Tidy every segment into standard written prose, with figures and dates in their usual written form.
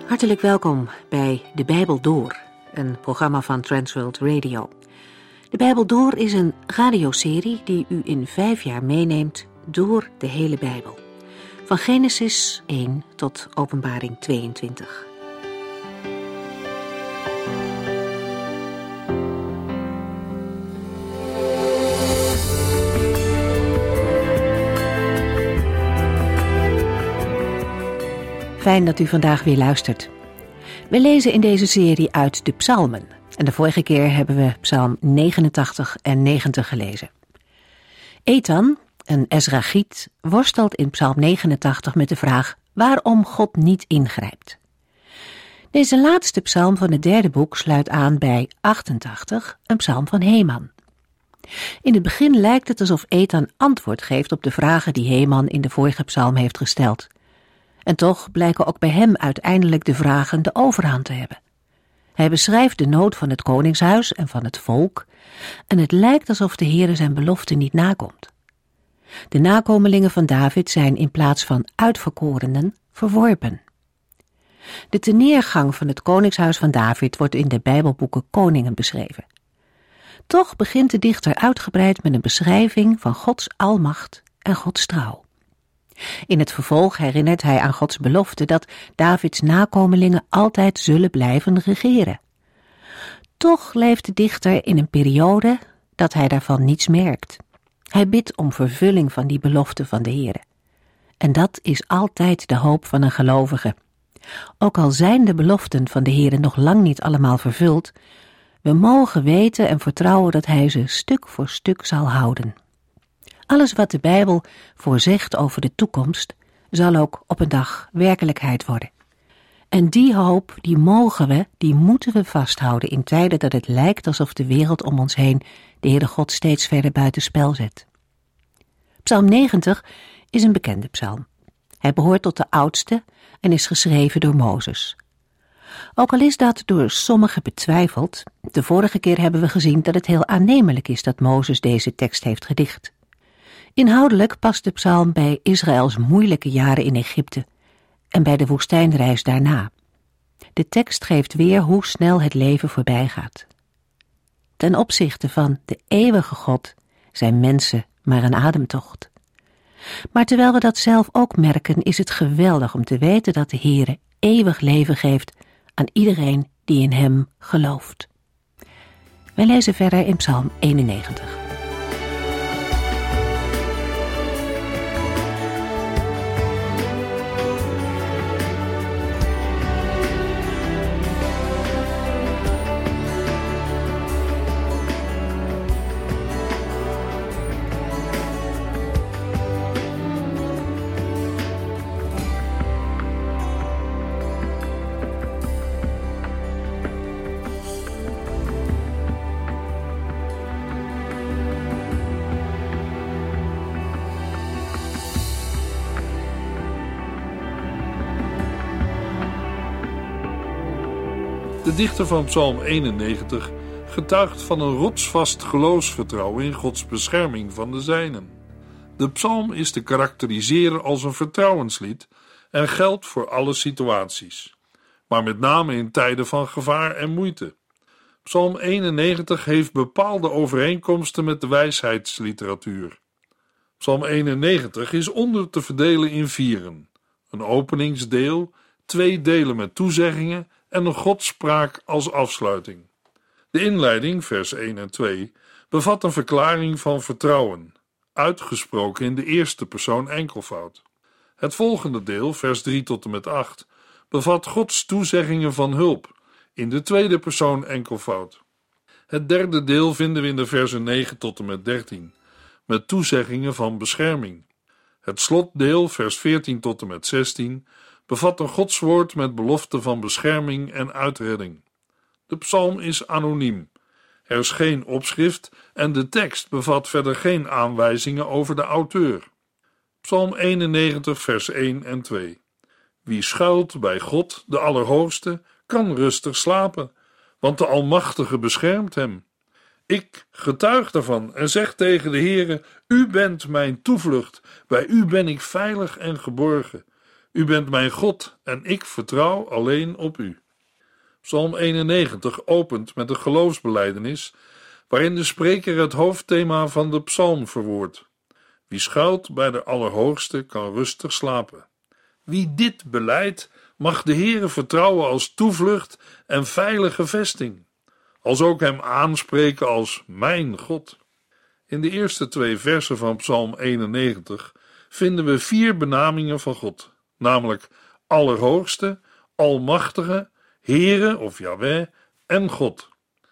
Hartelijk welkom bij De Bijbel Door, een programma van Transworld Radio. De Bijbel Door is een radioserie die u in 5 jaar meeneemt door de hele Bijbel. Van Genesis 1 tot Openbaring 22. Fijn dat u vandaag weer luistert. We lezen in deze serie uit de Psalmen. En de vorige keer hebben we Psalm 89 en 90 gelezen. Ethan, een Ezrachiet, worstelt in Psalm 89 met de vraag waarom God niet ingrijpt. Deze laatste psalm van het derde boek sluit aan bij 88, een psalm van Heman. In het begin lijkt het alsof Ethan antwoord geeft op de vragen die Heman in de vorige psalm heeft gesteld. En toch blijken ook bij hem uiteindelijk de vragen de overhand te hebben. Hij beschrijft de nood van het koningshuis en van het volk, en het lijkt alsof de Heere zijn belofte niet nakomt. De nakomelingen van David zijn in plaats van uitverkorenen verworpen. De teneergang van het koningshuis van David wordt in de Bijbelboeken Koningen beschreven. Toch begint de dichter uitgebreid met een beschrijving van Gods almacht en Gods trouw. In het vervolg herinnert hij aan Gods belofte dat Davids nakomelingen altijd zullen blijven regeren. Toch leeft de dichter in een periode dat hij daarvan niets merkt. Hij bidt om vervulling van die belofte van de Heere. En dat is altijd de hoop van een gelovige. Ook al zijn de beloften van de Heere nog lang niet allemaal vervuld, we mogen weten en vertrouwen dat hij ze stuk voor stuk zal houden. Alles wat de Bijbel voorzegt over de toekomst, zal ook op een dag werkelijkheid worden. En die hoop, die moeten we vasthouden in tijden dat het lijkt alsof de wereld om ons heen de Heere God steeds verder buitenspel zet. Psalm 90 is een bekende psalm. Hij behoort tot de oudste en is geschreven door Mozes. Ook al is dat door sommigen betwijfeld, de vorige keer hebben we gezien dat het heel aannemelijk is dat Mozes deze tekst heeft gedicht. Inhoudelijk past de psalm bij Israëls moeilijke jaren in Egypte en bij de woestijnreis daarna. De tekst geeft weer hoe snel het leven voorbij gaat. Ten opzichte van de eeuwige God zijn mensen maar een ademtocht. Maar terwijl we dat zelf ook merken, is het geweldig om te weten dat de Heere eeuwig leven geeft aan iedereen die in hem gelooft. Wij lezen verder in Psalm 91. De dichter van Psalm 91 getuigt van een rotsvast geloofsvertrouwen in Gods bescherming van de zijnen. De psalm is te karakteriseren als een vertrouwenslied en geldt voor alle situaties, maar met name in tijden van gevaar en moeite. Psalm 91 heeft bepaalde overeenkomsten met de wijsheidsliteratuur. Psalm 91 is onder te verdelen in 4: een openingsdeel, 2 delen met toezeggingen en een godspraak als afsluiting. De inleiding, vers 1 en 2, bevat een verklaring van vertrouwen, uitgesproken in de eerste persoon enkelvoud. Het volgende deel, vers 3 tot en met 8, bevat Gods toezeggingen van hulp, in de tweede persoon enkelvoud. Het derde deel vinden we in de versen 9 tot en met 13, met toezeggingen van bescherming. Het slotdeel, vers 14 tot en met 16, bevat een godswoord met belofte van bescherming en uitredding. De psalm is anoniem. Er is geen opschrift en de tekst bevat verder geen aanwijzingen over de auteur. Psalm 91, vers 1 en 2. Wie schuilt bij God, de Allerhoogste, kan rustig slapen, want de Almachtige beschermt hem. Ik getuig daarvan en zeg tegen de Heere: U bent mijn toevlucht, bij u ben ik veilig en geborgen. U bent mijn God en ik vertrouw alleen op u. Psalm 91 opent met een geloofsbelijdenis, waarin de spreker het hoofdthema van de psalm verwoordt. Wie schuilt bij de Allerhoogste kan rustig slapen. Wie dit belijdt, mag de Heere vertrouwen als toevlucht en veilige vesting, als ook hem aanspreken als mijn God. In de eerste 2 versen van Psalm 91 vinden we 4 benamingen van God, namelijk Allerhoogste, Almachtige, Heere of Jahweh en God.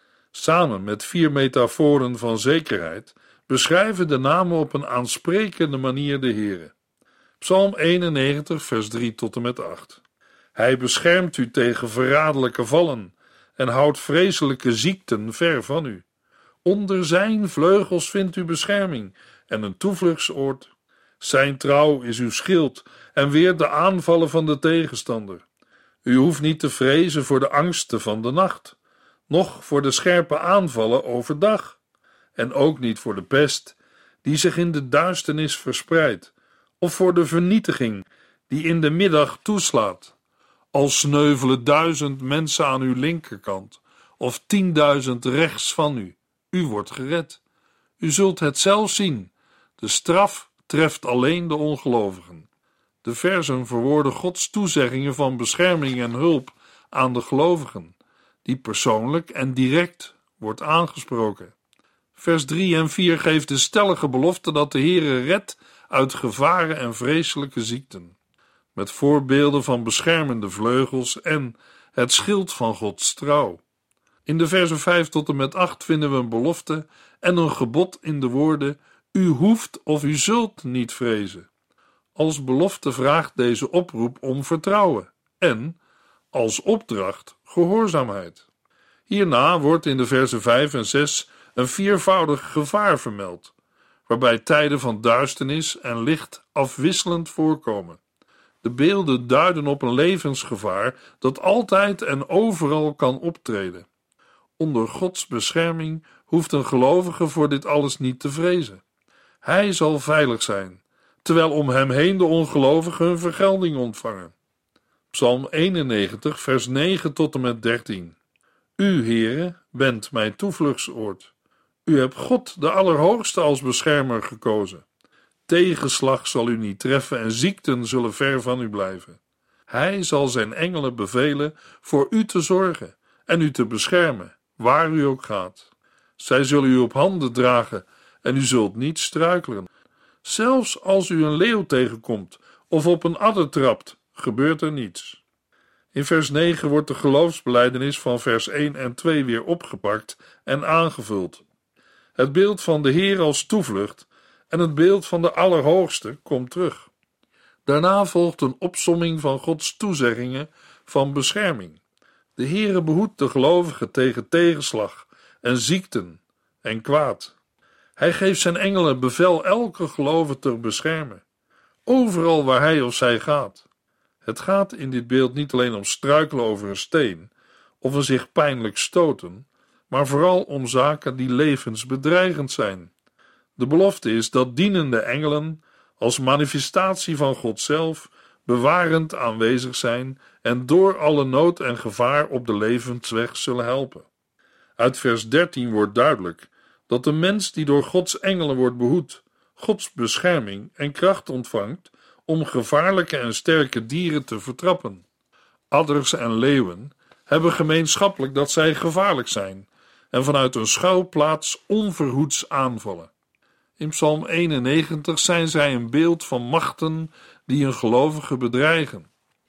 Samen met 4 metaforen van zekerheid beschrijven de namen op een aansprekende manier de Heere. Psalm 91 vers 3 tot en met 8. Hij beschermt u tegen verraderlijke vallen en houdt vreselijke ziekten ver van u. Onder zijn vleugels vindt u bescherming en een toevluchtsoord. Zijn trouw is uw schild en weert de aanvallen van de tegenstander. U hoeft niet te vrezen voor de angsten van de nacht, noch voor de scherpe aanvallen overdag, en ook niet voor de pest die zich in de duisternis verspreidt, of voor de vernietiging die in de middag toeslaat. Al sneuvelen 1000 mensen aan uw linkerkant, of 10.000 rechts van u, u wordt gered. U zult het zelf zien, de straf treft alleen de ongelovigen. De versen verwoorden Gods toezeggingen van bescherming en hulp aan de gelovigen, die persoonlijk en direct wordt aangesproken. Vers 3 en 4 geeft de stellige belofte dat de Heere redt uit gevaren en vreselijke ziekten, met voorbeelden van beschermende vleugels en het schild van Gods trouw. In de versen 5 tot en met 8 vinden we een belofte en een gebod in de woorden: u hoeft of u zult niet vrezen. Als belofte vraagt deze oproep om vertrouwen en, als opdracht, gehoorzaamheid. Hierna wordt in de versen 5 en 6 een 4voudig gevaar vermeld, waarbij tijden van duisternis en licht afwisselend voorkomen. De beelden duiden op een levensgevaar dat altijd en overal kan optreden. Onder Gods bescherming hoeft een gelovige voor dit alles niet te vrezen. Hij zal veilig zijn, terwijl om hem heen de ongelovigen hun vergelding ontvangen. Psalm 91, vers 9 tot en met 13. U, Heere, bent mijn toevluchtsoord. U hebt God, de Allerhoogste, als beschermer gekozen. Tegenslag zal u niet treffen en ziekten zullen ver van u blijven. Hij zal zijn engelen bevelen voor u te zorgen en u te beschermen, waar u ook gaat. Zij zullen u op handen dragen en u zult niet struikelen. Zelfs als u een leeuw tegenkomt of op een adder trapt, gebeurt er niets. In vers 9 wordt de geloofsbelijdenis van vers 1 en 2 weer opgepakt en aangevuld. Het beeld van de Heer als toevlucht en het beeld van de Allerhoogste komt terug. Daarna volgt een opsomming van Gods toezeggingen van bescherming. De Heere behoedt de gelovigen tegen tegenslag en ziekten en kwaad. Hij geeft zijn engelen bevel elke gelovige te beschermen, overal waar hij of zij gaat. Het gaat in dit beeld niet alleen om struikelen over een steen of een zich pijnlijk stoten, maar vooral om zaken die levensbedreigend zijn. De belofte is dat dienende engelen als manifestatie van God zelf bewarend aanwezig zijn en door alle nood en gevaar op de levensweg zullen helpen. Uit vers 13 wordt duidelijk dat de mens die door Gods engelen wordt behoed, Gods bescherming en kracht ontvangt om gevaarlijke en sterke dieren te vertrappen. Adders en leeuwen hebben gemeenschappelijk dat zij gevaarlijk zijn en vanuit een schuilplaats onverhoeds aanvallen. In Psalm 91 zijn zij een beeld van machten die een gelovige bedreigen.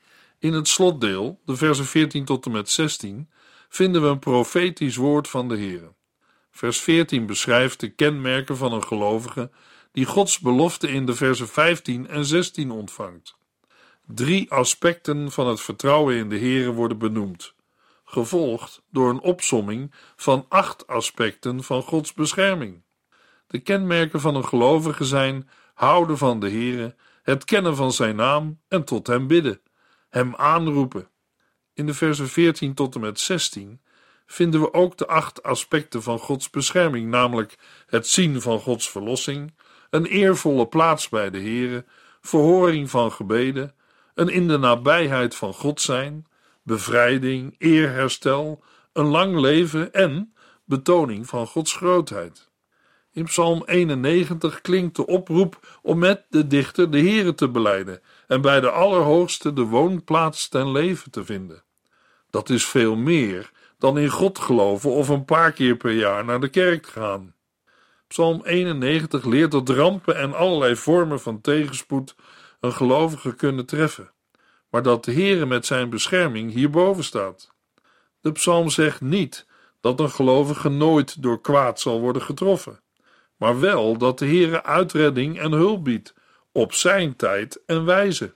In het slotdeel, de versen 14 tot en met 16, vinden we een profetisch woord van de Heere. Vers 14 beschrijft de kenmerken van een gelovige die Gods belofte in de versen 15 en 16 ontvangt. 3 aspecten van het vertrouwen in de Heere worden benoemd, gevolgd door een opsomming van 8 aspecten van Gods bescherming. De kenmerken van een gelovige zijn houden van de Heere, het kennen van zijn naam en tot hem bidden, hem aanroepen. In de versen 14 tot en met 16 vinden we ook de 8 aspecten van Gods bescherming, namelijk het zien van Gods verlossing, een eervolle plaats bij de Heere, verhoring van gebeden, een in de nabijheid van God zijn, bevrijding, eerherstel, een lang leven en betoning van Gods grootheid. In Psalm 91 klinkt de oproep om met de dichter de Here te belijden en bij de Allerhoogste de woonplaats ten leven te vinden. Dat is veel meer dan in God geloven of een paar keer per jaar naar de kerk gaan. Psalm 91 leert dat rampen en allerlei vormen van tegenspoed een gelovige kunnen treffen, maar dat de Here met zijn bescherming hierboven staat. De psalm zegt niet dat een gelovige nooit door kwaad zal worden getroffen, maar wel dat de Here uitredding en hulp biedt, op zijn tijd en wijze.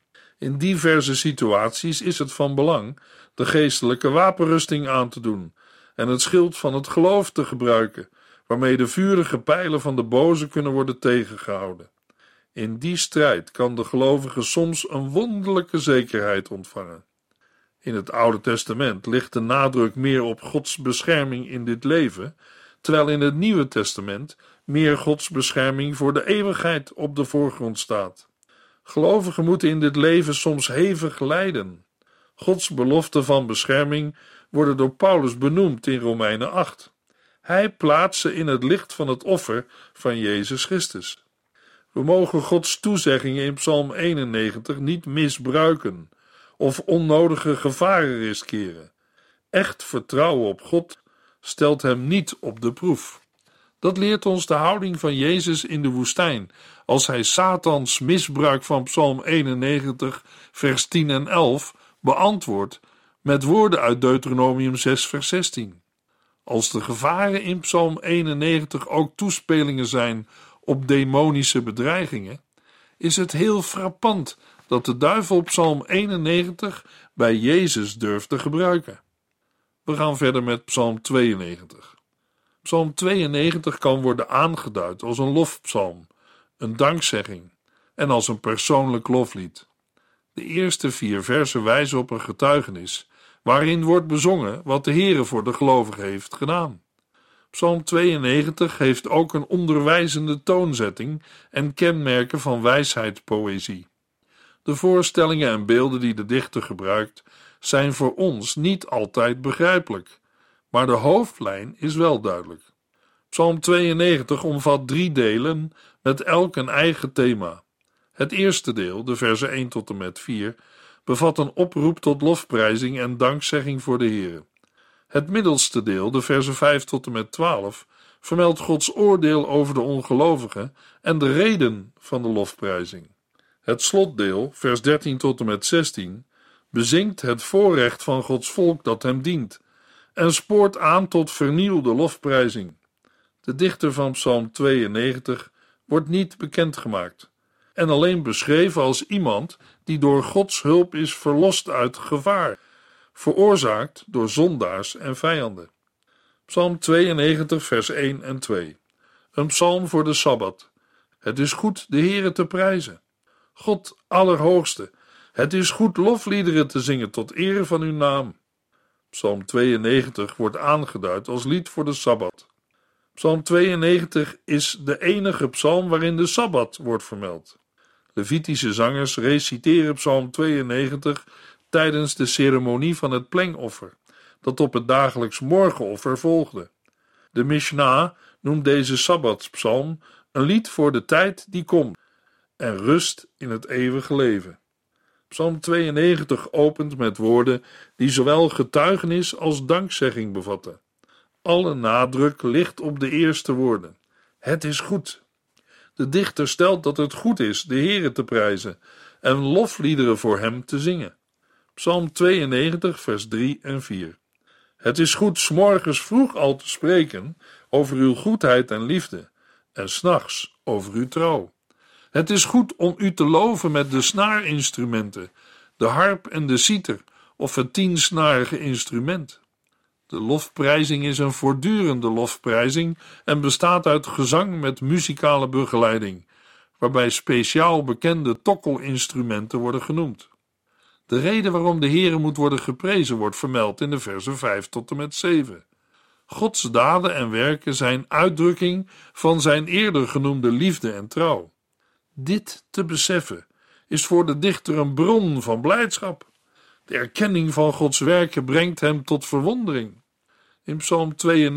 In diverse situaties is het van belang de geestelijke wapenrusting aan te doen en het schild van het geloof te gebruiken, waarmee de vurige pijlen van de boze kunnen worden tegengehouden. In die strijd kan de gelovige soms een wonderlijke zekerheid ontvangen. In het Oude Testament ligt de nadruk meer op Gods bescherming in dit leven, terwijl in het Nieuwe Testament meer Gods bescherming voor de eeuwigheid op de voorgrond staat. Gelovigen moeten in dit leven soms hevig lijden. Gods beloften van bescherming worden door Paulus benoemd in Romeinen 8. Hij plaatst ze in het licht van het offer van Jezus Christus. We mogen Gods toezeggingen in Psalm 91 niet misbruiken of onnodige gevaren riskeren. Echt vertrouwen op God stelt hem niet op de proef. Dat leert ons de houding van Jezus in de woestijn, als hij Satans misbruik van Psalm 91, vers 10 en 11 beantwoordt met woorden uit Deuteronomium 6, vers 16. Als de gevaren in Psalm 91 ook toespelingen zijn op demonische bedreigingen, is het heel frappant dat de duivel Psalm 91 bij Jezus durft te gebruiken. We gaan verder met Psalm 92. Psalm 92 kan worden aangeduid als een lofpsalm, een dankzegging en als een persoonlijk loflied. De eerste 4 versen wijzen op een getuigenis, waarin wordt bezongen wat de Heere voor de gelovigen heeft gedaan. Psalm 92 heeft ook een onderwijzende toonzetting en kenmerken van wijsheidpoëzie. De voorstellingen en beelden die de dichter gebruikt, zijn voor ons niet altijd begrijpelijk, maar de hoofdlijn is wel duidelijk. Psalm 92 omvat 3 delen met elk een eigen thema. Het eerste deel, de versen 1 tot en met 4, bevat een oproep tot lofprijzing en dankzegging voor de Heere. Het middelste deel, de versen 5 tot en met 12, vermeldt Gods oordeel over de ongelovigen en de reden van de lofprijzing. Het slotdeel, vers 13 tot en met 16, bezingt het voorrecht van Gods volk dat hem dient en spoort aan tot vernieuwde lofprijzing. De dichter van Psalm 92 wordt niet bekendgemaakt en alleen beschreven als iemand die door Gods hulp is verlost uit gevaar, veroorzaakt door zondaars en vijanden. Psalm 92 vers 1 en 2. Een psalm voor de Sabbat. Het is goed de Heere te prijzen. God Allerhoogste, het is goed lofliederen te zingen tot ere van uw naam. Psalm 92 wordt aangeduid als lied voor de Sabbat. Psalm 92 is de enige psalm waarin de Sabbat wordt vermeld. Levitische zangers reciteren Psalm 92 tijdens de ceremonie van het plengoffer, dat op het dagelijks morgenoffer volgde. De Mishnah noemt deze Sabbatspsalm een lied voor de tijd die komt en rust in het eeuwige leven. Psalm 92 opent met woorden die zowel getuigenis als dankzegging bevatten. Alle nadruk ligt op de eerste woorden. Het is goed. De dichter stelt dat het goed is de Heere te prijzen en lofliederen voor hem te zingen. Psalm 92 vers 3 en 4. Het is goed 's morgens vroeg al te spreken over uw goedheid en liefde en 's nachts over uw trouw. Het is goed om u te loven met de snaarinstrumenten, de harp en de citer of het 10-snarige instrument. De lofprijzing is een voortdurende lofprijzing en bestaat uit gezang met muzikale begeleiding, waarbij speciaal bekende tokkelinstrumenten worden genoemd. De reden waarom de Heere moet worden geprezen wordt vermeld in de versen 5 tot en met 7. Gods daden en werken zijn uitdrukking van zijn eerder genoemde liefde en trouw. Dit te beseffen is voor de dichter een bron van blijdschap. De erkenning van Gods werken brengt hem tot verwondering. In Psalm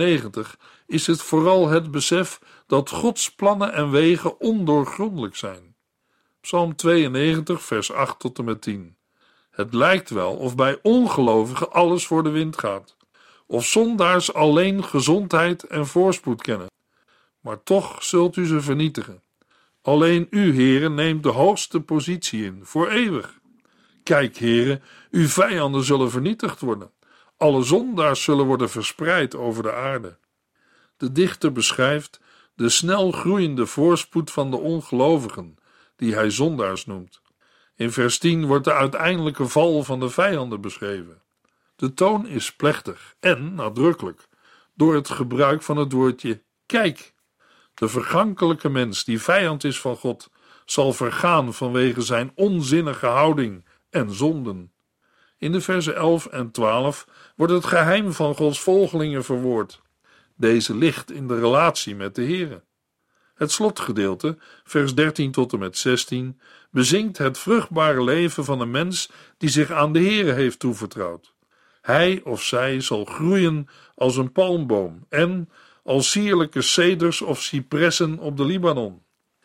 92 is het vooral het besef dat Gods plannen en wegen ondoorgrondelijk zijn. Psalm 92, vers 8 tot en met 10. Het lijkt wel of bij ongelovigen alles voor de wind gaat, of zondaars alleen gezondheid en voorspoed kennen. Maar toch zult u ze vernietigen. Alleen u, Heere, neemt de hoogste positie in, voor eeuwig. Kijk, Heere, uw vijanden zullen vernietigd worden. Alle zondaars zullen worden verspreid over de aarde. De dichter beschrijft de snel groeiende voorspoed van de ongelovigen, die hij zondaars noemt. In vers 10 wordt de uiteindelijke val van de vijanden beschreven. De toon is plechtig en nadrukkelijk, door het gebruik van het woordje kijk. De vergankelijke mens die vijand is van God, zal vergaan vanwege zijn onzinnige houding en zonden. In de versen 11 en 12 wordt het geheim van Gods volgelingen verwoord. Deze ligt in de relatie met de Heere. Het slotgedeelte, vers 13 tot en met 16, bezingt het vruchtbare leven van een mens die zich aan de Heere heeft toevertrouwd. Hij of zij zal groeien als een palmboom en als sierlijke ceders of cipressen op de Libanon.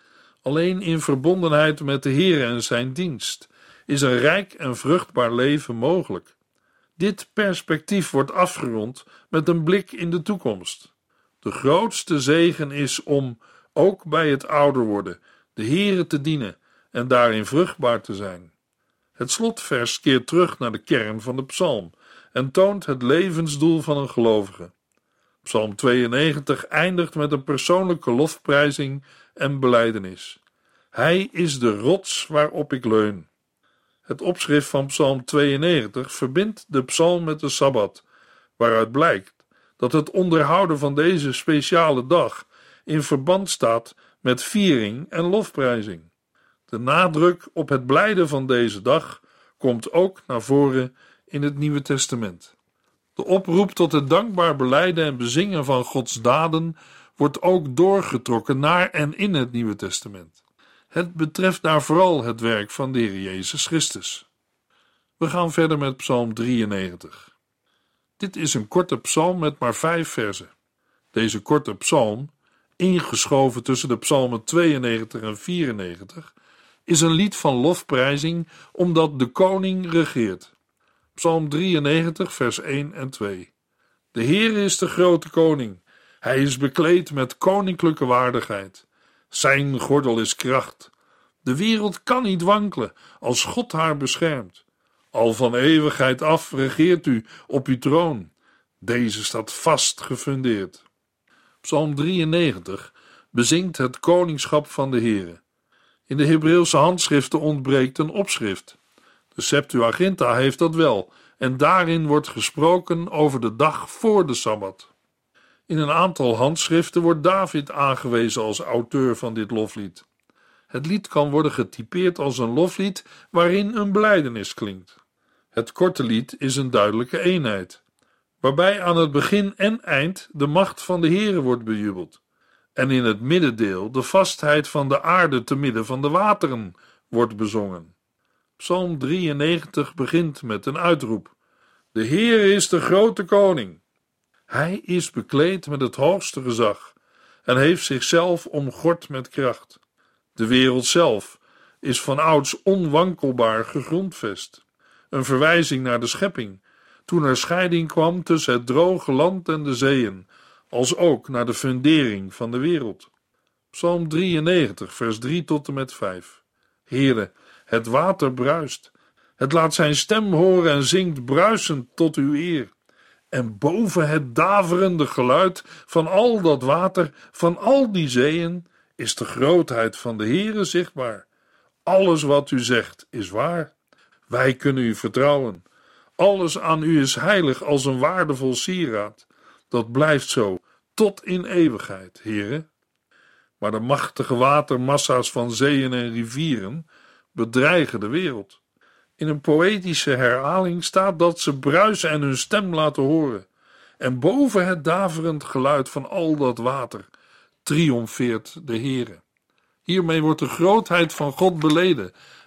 Alleen in verbondenheid met de Heere en zijn dienst is een rijk en vruchtbaar leven mogelijk. Dit perspectief wordt afgerond met een blik in de toekomst. De grootste zegen is om, ook bij het ouder worden, de Heere te dienen en daarin vruchtbaar te zijn. Het slotvers keert terug naar de kern van de psalm en toont het levensdoel van een gelovige. Psalm 92 eindigt met een persoonlijke lofprijzing en belijdenis. Hij is de rots waarop ik leun. Het opschrift van Psalm 92 verbindt de psalm met de Sabbat, waaruit blijkt dat het onderhouden van deze speciale dag in verband staat met viering en lofprijzing. De nadruk op het blijden van deze dag komt ook naar voren in het Nieuwe Testament. De oproep tot het dankbaar belijden en bezingen van Gods daden wordt ook doorgetrokken naar en in het Nieuwe Testament. Het betreft daar vooral het werk van de Heer Jezus Christus. We gaan verder met Psalm 93. Dit is een korte psalm met maar 5 verzen. Deze korte psalm, ingeschoven tussen de psalmen 92 en 94, is een lied van lofprijzing omdat de koning regeert. Psalm 93, vers 1 en 2. De Heer is de grote koning. Hij is bekleed met koninklijke waardigheid. Zijn gordel is kracht. De wereld kan niet wankelen als God haar beschermt. Al van eeuwigheid af regeert u op uw troon. Deze staat vast gefundeerd. Psalm 93 bezingt het koningschap van de Heere. In de Hebreeuwse handschriften ontbreekt een opschrift. De Septuaginta heeft dat wel en daarin wordt gesproken over de dag voor de Sabbat. In een aantal handschriften wordt David aangewezen als auteur van dit loflied. Het lied kan worden getypeerd als een loflied waarin een belijdenis klinkt. Het korte lied is een duidelijke eenheid, waarbij aan het begin en eind de macht van de Heere wordt bejubeld. En in het middendeel de vastheid van de aarde te midden van de wateren wordt bezongen. Psalm 93 begint met een uitroep. De Heere is de grote koning. Hij is bekleed met het hoogste gezag en heeft zichzelf omgord met kracht. De wereld zelf is vanouds onwankelbaar gegrondvest. Een verwijzing naar de schepping, toen er scheiding kwam tussen het droge land en de zeeën, als ook naar de fundering van de wereld. Psalm 93, vers 3 tot en met 5. Heere, het water bruist. Het laat zijn stem horen en zingt bruisend tot uw eer. En boven het daverende geluid van al dat water, van al die zeeën, is de grootheid van de Heere zichtbaar. Alles wat u zegt is waar. Wij kunnen u vertrouwen. Alles aan u is heilig als een waardevol sieraad. Dat blijft zo tot in eeuwigheid, Heere. Maar de machtige watermassa's van zeeën en rivieren bedreigen de wereld. In een poëtische herhaling staat dat ze bruisen en hun stem laten horen. En boven het daverend geluid van al dat water triomfeert de Heere. Hiermee wordt de grootheid van God beleden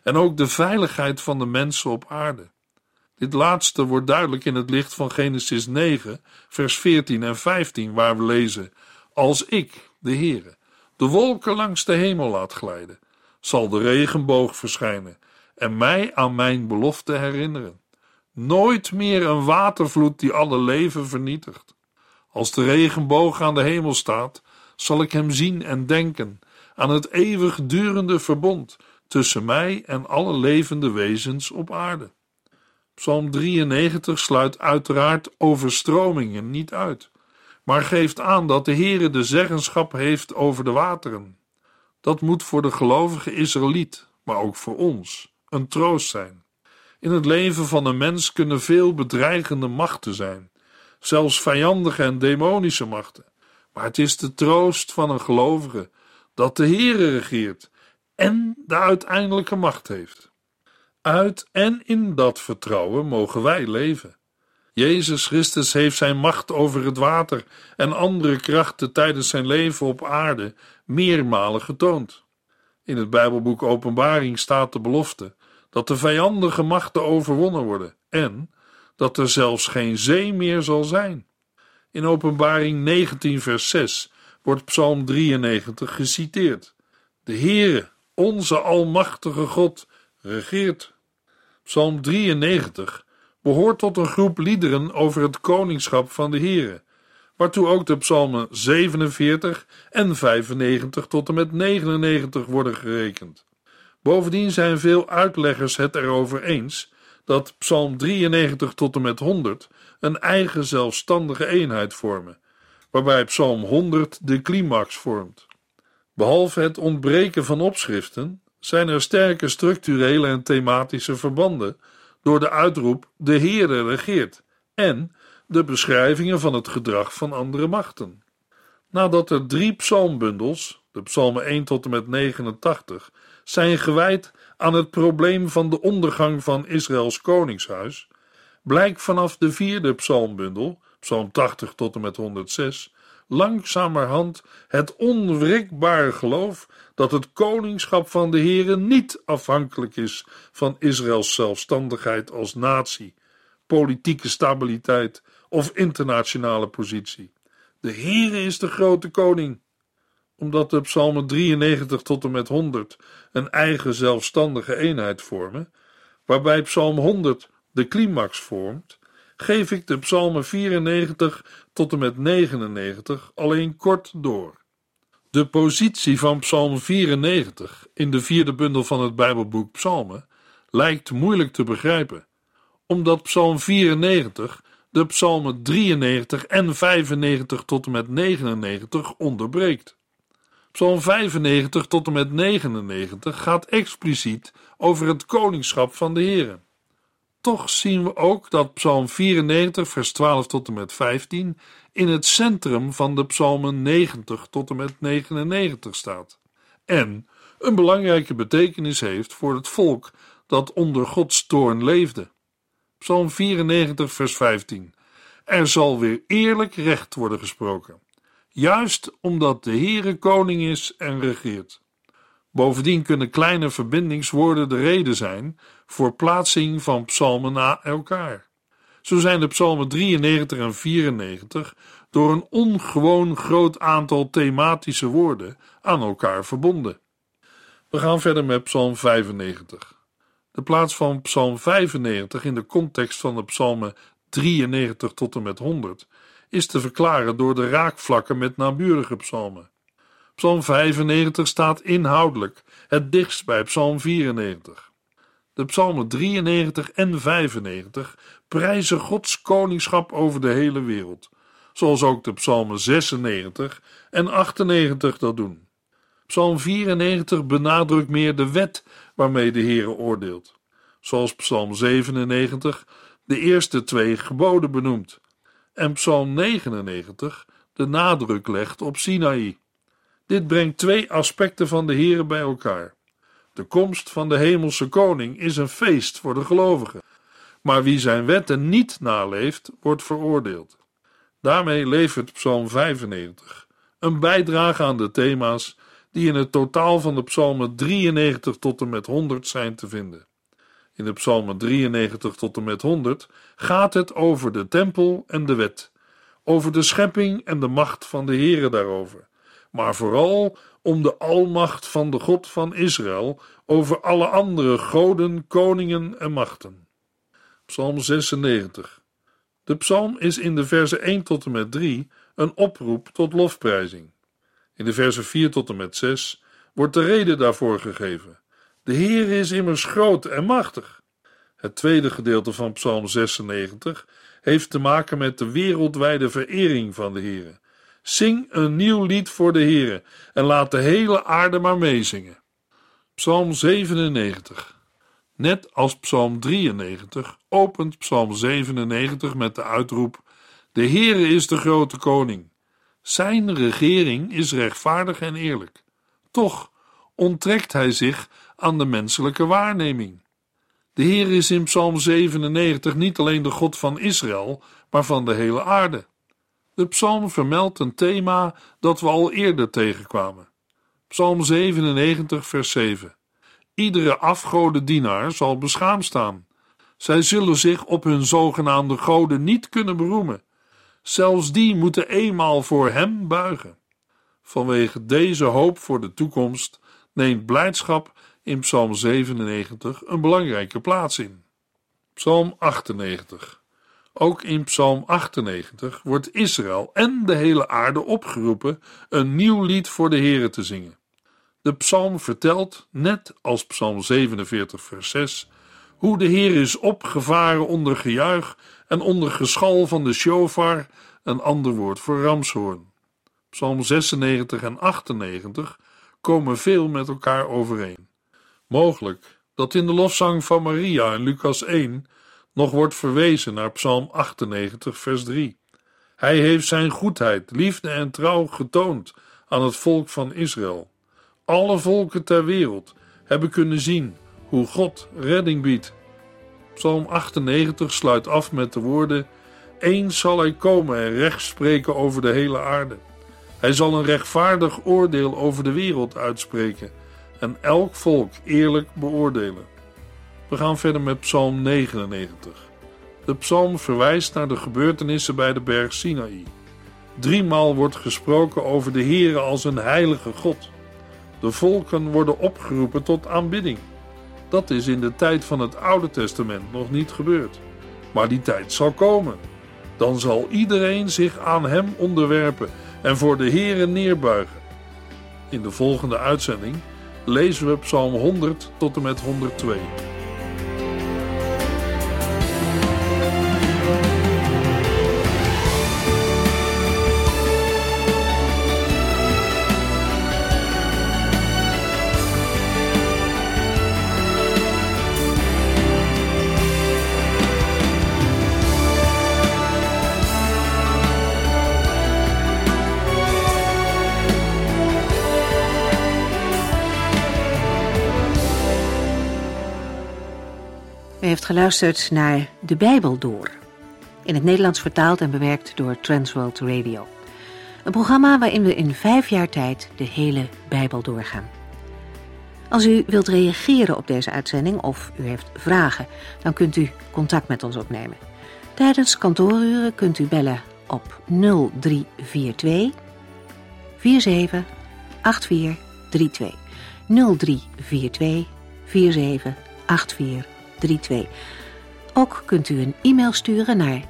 en ook de veiligheid van de mensen op aarde. Dit laatste wordt duidelijk in het licht van Genesis 9, vers 14 en 15, waar we lezen: Als ik, de Heere, de wolken langs de hemel laat glijden, zal de regenboog verschijnen en mij aan mijn belofte herinneren. Nooit meer een watervloed die alle leven vernietigt. Als de regenboog aan de hemel staat, zal ik hem zien en denken aan het eeuwigdurende verbond tussen mij en alle levende wezens op aarde. Psalm 93 sluit uiteraard overstromingen niet uit, maar geeft aan dat de Heere de zeggenschap heeft over de wateren. Dat moet voor de gelovige Israëliet, maar ook voor ons, een troost zijn. In het leven van een mens kunnen veel bedreigende machten zijn, zelfs vijandige en demonische machten. Maar het is de troost van een gelovige dat de Heere regeert en de uiteindelijke macht heeft. Uit en in dat vertrouwen mogen wij leven. Jezus Christus heeft zijn macht over het water en andere krachten tijdens zijn leven op aarde meermalen getoond. In het Bijbelboek Openbaring staat de belofte dat de vijandige machten overwonnen worden en dat er zelfs geen zee meer zal zijn. In Openbaring 19 vers 6 wordt Psalm 93 geciteerd. De Heere, onze almachtige God, regeert. Psalm 93 behoort tot een groep liederen over het koningschap van de Heere, waartoe ook de psalmen 47 en 95 tot en met 99 worden gerekend. Bovendien zijn veel uitleggers het erover eens dat psalm 93 tot en met 100 een eigen zelfstandige eenheid vormen, waarbij psalm 100 de climax vormt. Behalve het ontbreken van opschriften zijn er sterke structurele en thematische verbanden door de uitroep de Heere regeert en de beschrijvingen van het gedrag van andere machten. Nadat er 3 psalmbundels, de psalmen 1 tot en met 89, zijn gewijd aan het probleem van de ondergang van Israëls koningshuis, blijkt vanaf de 4e psalmbundel, psalm 80 tot en met 106, langzamerhand het onwrikbare geloof dat het koningschap van de Heere niet afhankelijk is van Israëls zelfstandigheid als natie, politieke stabiliteit of internationale positie. De Heere is de grote koning. Omdat de psalmen 93 tot en met 100 een eigen zelfstandige eenheid vormen, waarbij psalm 100 de climax vormt, geef ik de psalmen 94 tot en met 99 alleen kort door. De positie van psalm 94 in de 4e bundel van het Bijbelboek Psalmen lijkt moeilijk te begrijpen, omdat psalm 94 de psalmen 93 en 95 tot en met 99 onderbreekt. Psalm 95 tot en met 99 gaat expliciet over het koningschap van de Heere. Toch zien we ook dat psalm 94 vers 12 tot en met 15 in het centrum van de psalmen 90 tot en met 99 staat en een belangrijke betekenis heeft voor het volk dat onder Gods toorn leefde. Psalm 94 vers 15: Er zal weer eerlijk recht worden gesproken, juist omdat de Heere koning is en regeert. Bovendien kunnen kleine verbindingswoorden de reden zijn voor plaatsing van psalmen na elkaar. Zo zijn de psalmen 93 en 94 door een ongewoon groot aantal thematische woorden aan elkaar verbonden. We gaan verder met psalm 95. De plaats van psalm 95 in de context van de psalmen 93 tot en met 100 is te verklaren door de raakvlakken met naburige psalmen. Psalm 95 staat inhoudelijk het dichtst bij psalm 94. De psalmen 93 en 95 prijzen Gods koningschap over de hele wereld, zoals ook de psalmen 96 en 98 dat doen. Psalm 94 benadrukt meer de wet waarmee de Heere oordeelt, zoals psalm 97 de eerste 2 geboden benoemt en psalm 99 de nadruk legt op Sinaï. Dit brengt 2 aspecten van de Heere bij elkaar. De komst van de hemelse koning is een feest voor de gelovigen, maar wie zijn wetten niet naleeft, wordt veroordeeld. Daarmee levert psalm 95 een bijdrage aan de thema's die in het totaal van de psalmen 93 tot en met 100 zijn te vinden. In de psalmen 93 tot en met 100 gaat het over de tempel en de wet, over de schepping en de macht van de Heere daarover, maar vooral om de almacht van de God van Israël over alle andere goden, koningen en machten. Psalm 96. De psalm is in de versen 1 tot en met 3 een oproep tot lofprijzing. In de versen 4 tot en met 6 wordt de reden daarvoor gegeven. De Heer is immers groot en machtig. Het tweede gedeelte van Psalm 96 heeft te maken met de wereldwijde verering van de Heer. Zing een nieuw lied voor de Heer en laat de hele aarde maar meezingen. Psalm 97. Net als Psalm 93 opent Psalm 97 met de uitroep: De Heere is de grote koning. Zijn regering is rechtvaardig en eerlijk. Toch onttrekt hij zich aan de menselijke waarneming. De Heer is in Psalm 97 niet alleen de God van Israël, maar van de hele aarde. De psalm vermeldt een thema dat we al eerder tegenkwamen. Psalm 97 vers 7. Iedere afgodendienaar zal beschaamd staan. Zij zullen zich op hun zogenaamde goden niet kunnen beroemen. Zelfs die moeten eenmaal voor hem buigen. Vanwege deze hoop voor de toekomst neemt blijdschap in Psalm 97 een belangrijke plaats in. Psalm 98. Ook in Psalm 98 wordt Israël en de hele aarde opgeroepen een nieuw lied voor de Heere te zingen. De psalm vertelt, net als Psalm 47 vers 6, hoe de Heer is opgevaren onder gejuich en onder geschal van de shofar, een ander woord voor ramshoorn. Psalm 96 en 98 komen veel met elkaar overeen. Mogelijk dat in de lofzang van Maria in Lucas 1 nog wordt verwezen naar Psalm 98 vers 3. Hij heeft zijn goedheid, liefde en trouw getoond aan het volk van Israël. Alle volken ter wereld hebben kunnen zien hoe God redding biedt. Psalm 98 sluit af met de woorden: Eens zal hij komen en recht spreken over de hele aarde. Hij zal een rechtvaardig oordeel over de wereld uitspreken en elk volk eerlijk beoordelen. We gaan verder met Psalm 99. De psalm verwijst naar de gebeurtenissen bij de berg Sinaï. 3 maal wordt gesproken over de Heere als een heilige God. De volken worden opgeroepen tot aanbidding. Dat is in de tijd van het Oude Testament nog niet gebeurd. Maar die tijd zal komen. Dan zal iedereen zich aan hem onderwerpen en voor de Heere neerbuigen. In de volgende uitzending lezen we Psalm 100 tot en met 102. U heeft geluisterd naar De Bijbel Door. In het Nederlands vertaald en bewerkt door Transworld Radio. Een programma waarin we in 5 jaar tijd de hele Bijbel doorgaan. Als u wilt reageren op deze uitzending of u heeft vragen, dan kunt u contact met ons opnemen. Tijdens kantooruren kunt u bellen op 0342 47 8432. 0342 47 8432. Ook kunt u een e-mail sturen naar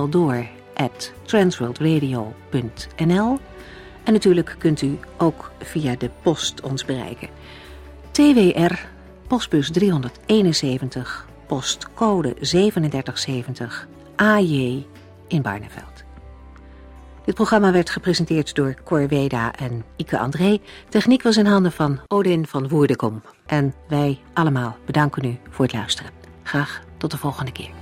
debijbeldoor@transworldradio.nl en natuurlijk kunt u ook via de post ons bereiken. TWR, postbus 371, postcode 3770, AJ in Barneveld. Dit programma werd gepresenteerd door Cor Weda en Ike André. Techniek was in handen van Odin van Woerdekom. En wij allemaal bedanken u voor het luisteren. Graag tot de volgende keer.